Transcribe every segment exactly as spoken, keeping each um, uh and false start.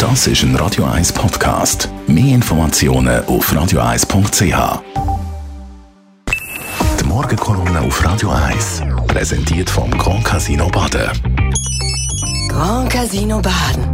Das ist ein Radio eins Podcast. Mehr Informationen auf radio eins punkt c h. Die Morgenkolumne auf Radio eins. Präsentiert vom Grand Casino Baden. Grand Casino Baden.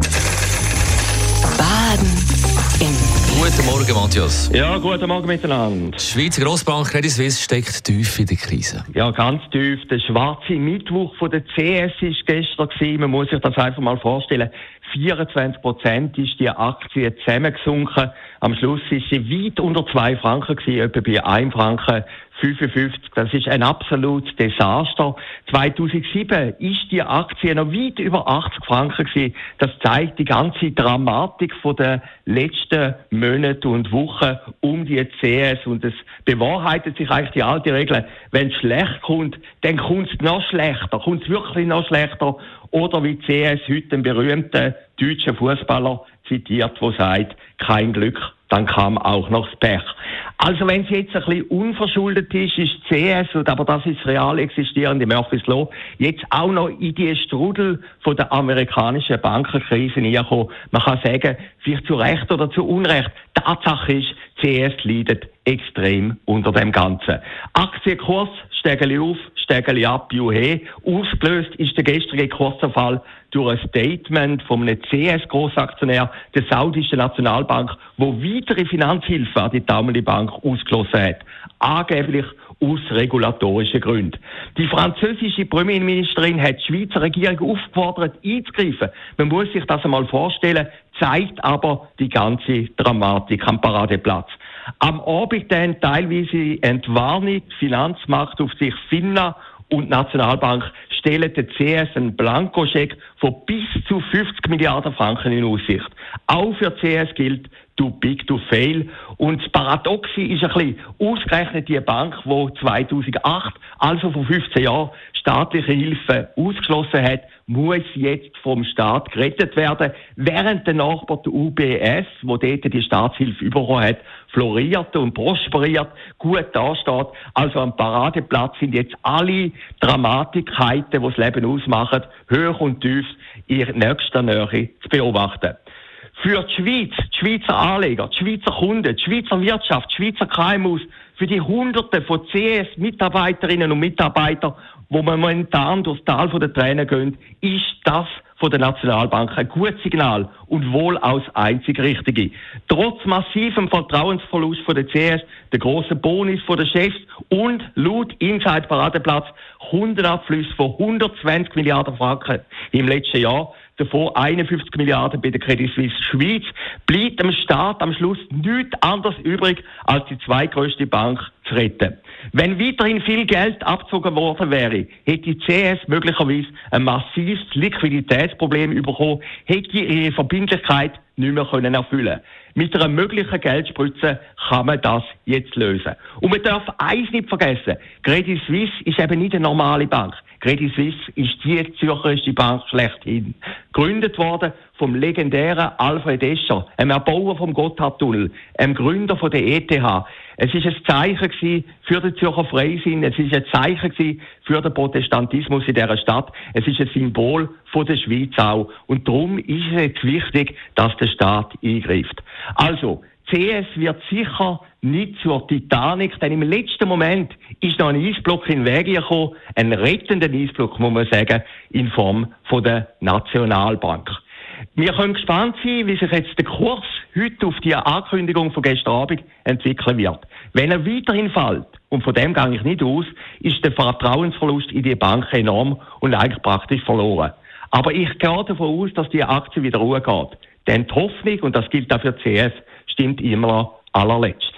Baden im Glück. Guten Morgen, Matthias. Ja, guten Morgen miteinander. Die Schweizer Grossbank Credit Suisse steckt tief in der Krise. Ja, ganz tief. Der schwarze Mittwoch von der C S war gestern gewesen. Man muss sich das einfach mal vorstellen. vierundzwanzig Prozent ist die Aktie zusammengesunken. Am Schluss ist sie weit unter zwei Franken gewesen, etwa bei einem Franken fünfundfünfzig. Das ist ein absolutes Desaster. zweitausendsieben ist die Aktie noch weit über achtzig Franken gewesen. Das zeigt die ganze Dramatik von der letzten Monate und Wochen um die C S. Und es bewahrheitet sich eigentlich die alte Regel, wenn es schlecht kommt, dann kommt es noch schlechter. Kommt es wirklich noch schlechter? Oder wie C S heute einen berühmten deutschen Fußballer zitiert, der sagt, kein Glück, dann kam auch noch das Pech. Also wenn es jetzt ein bisschen unverschuldet ist, ist C S, und aber das ist real existierende Murphy's Law, jetzt auch noch in die Strudel von der amerikanischen Bankenkrise hineingekommen. Man kann sagen, vielleicht zu Recht oder zu Unrecht, Tatsache ist, C S leidet extrem unter dem Ganzen. Aktienkurs, Stegeli auf, Stegeli ab, juhe. Ausgelöst ist der gestrige Kursverfall durch ein Statement von einem C S-Grossaktionär der saudischen Nationalbank, wo weitere Finanzhilfe an die taumelnde Bank ausgeschlossen hat. Angeblich aus regulatorischen Gründen. Die französische Premierministerin hat die Schweizer Regierung aufgefordert, einzugreifen. Man muss sich das einmal vorstellen, zeigt aber die ganze Dramatik am Paradeplatz. Am Abend dann teilweise Entwarnung, Finanzmarkt auf sich FINMA und Nationalbank stellen der C S einen Blankoscheck von bis zu fünfzig Milliarden Franken in Aussicht. Auch für C S gilt, too big to fail. Und das Paradoxe ist ein bisschen, ausgerechnet die Bank, die zweitausendacht, also vor fünfzehn Jahren, staatliche Hilfe ausgeschlossen hat, muss jetzt vom Staat gerettet werden, während der Nachbar der U B S, wo dort die Staatshilfe bekommen hat, floriert und prosperiert, gut dasteht. Also am Paradeplatz sind jetzt alle Dramatikkeiten, die das Leben ausmachen, hoch und tief in nächster Nähe zu beobachten. Für die Schweiz, die Schweizer Anleger, die Schweizer Kunden, die Schweizer Wirtschaft, die Schweizer K M Us, für die Hunderte von C S-Mitarbeiterinnen und Mitarbeitern, wo man momentan durchs Tal der Tränen gehen, ist das von der Nationalbank ein gutes Signal und wohl auch das einzig Richtige. Trotz massivem Vertrauensverlust von der C S, der grossen Bonus von den Chefs und laut Inside Paradeplatz Kundenabflüsse von hundertzwanzig Milliarden Franken im letzten Jahr, davon einundfünfzig Milliarden bei der Credit Suisse Schweiz, bleibt dem Staat am Schluss nichts anderes übrig, als die zweitgrößte Bank zu retten. Wenn weiterhin viel Geld abgezogen worden wäre, hätte die C S möglicherweise ein massives Liquiditätsproblem bekommen, hätte ihre Verbindlichkeit nicht mehr können erfüllen. Mit einer möglichen Geldspritze kann man das jetzt lösen. Und man darf eins nicht vergessen, Credit Suisse ist eben nicht eine normale Bank. Credit Suisse ist die zürcherische Bank schlechthin. Gegründet worden vom legendären Alfred Escher, einem Erbauer vom Gotthardtunnel, einem Gründer von der E T H. Es ist ein Zeichen für den Zürcher Freisinn, es ist ein Zeichen für den Protestantismus in dieser Stadt, es ist ein Symbol von der Schweiz auch. Und darum ist es jetzt wichtig, dass der Staat eingreift. Also, C S wird sicher nicht zur Titanic, denn im letzten Moment ist noch ein Eisblock in den Weg gekommen, ein rettender Eisblock, muss man sagen, in Form von der Nationalbank. Wir können gespannt sein, wie sich jetzt der Kurs heute auf die Ankündigung von gestern Abend entwickeln wird. Wenn er weiterhin fällt, und von dem gehe ich nicht aus, ist der Vertrauensverlust in die Bank enorm und eigentlich praktisch verloren. Aber ich gehe davon aus, dass die Aktie wieder Ruhe geht. Denn die Hoffnung, und das gilt auch für C S, stimmt immer allerletzt.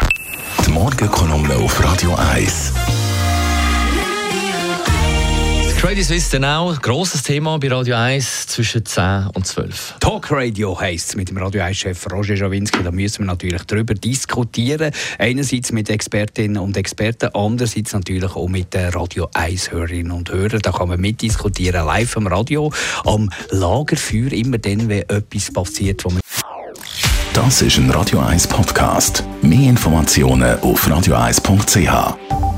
Die Morgenkolumne auf Radio eins. Credit Suisse dann auch, grosses Thema bei Radio eins zwischen zehn und zwölf. Talk Radio heisst es mit dem Radio eins-Chef Roger Schawinski. Da müssen wir natürlich darüber diskutieren. Einerseits mit Expertinnen und Experten, andererseits natürlich auch mit den Radio eins-Hörerinnen und Hörern. Da kann man mitdiskutieren, live am Radio, am Lagerfeuer, immer dann, wenn etwas passiert. Wo man Das ist ein Radio eins Podcast. Mehr Informationen auf radio eins punkt c h.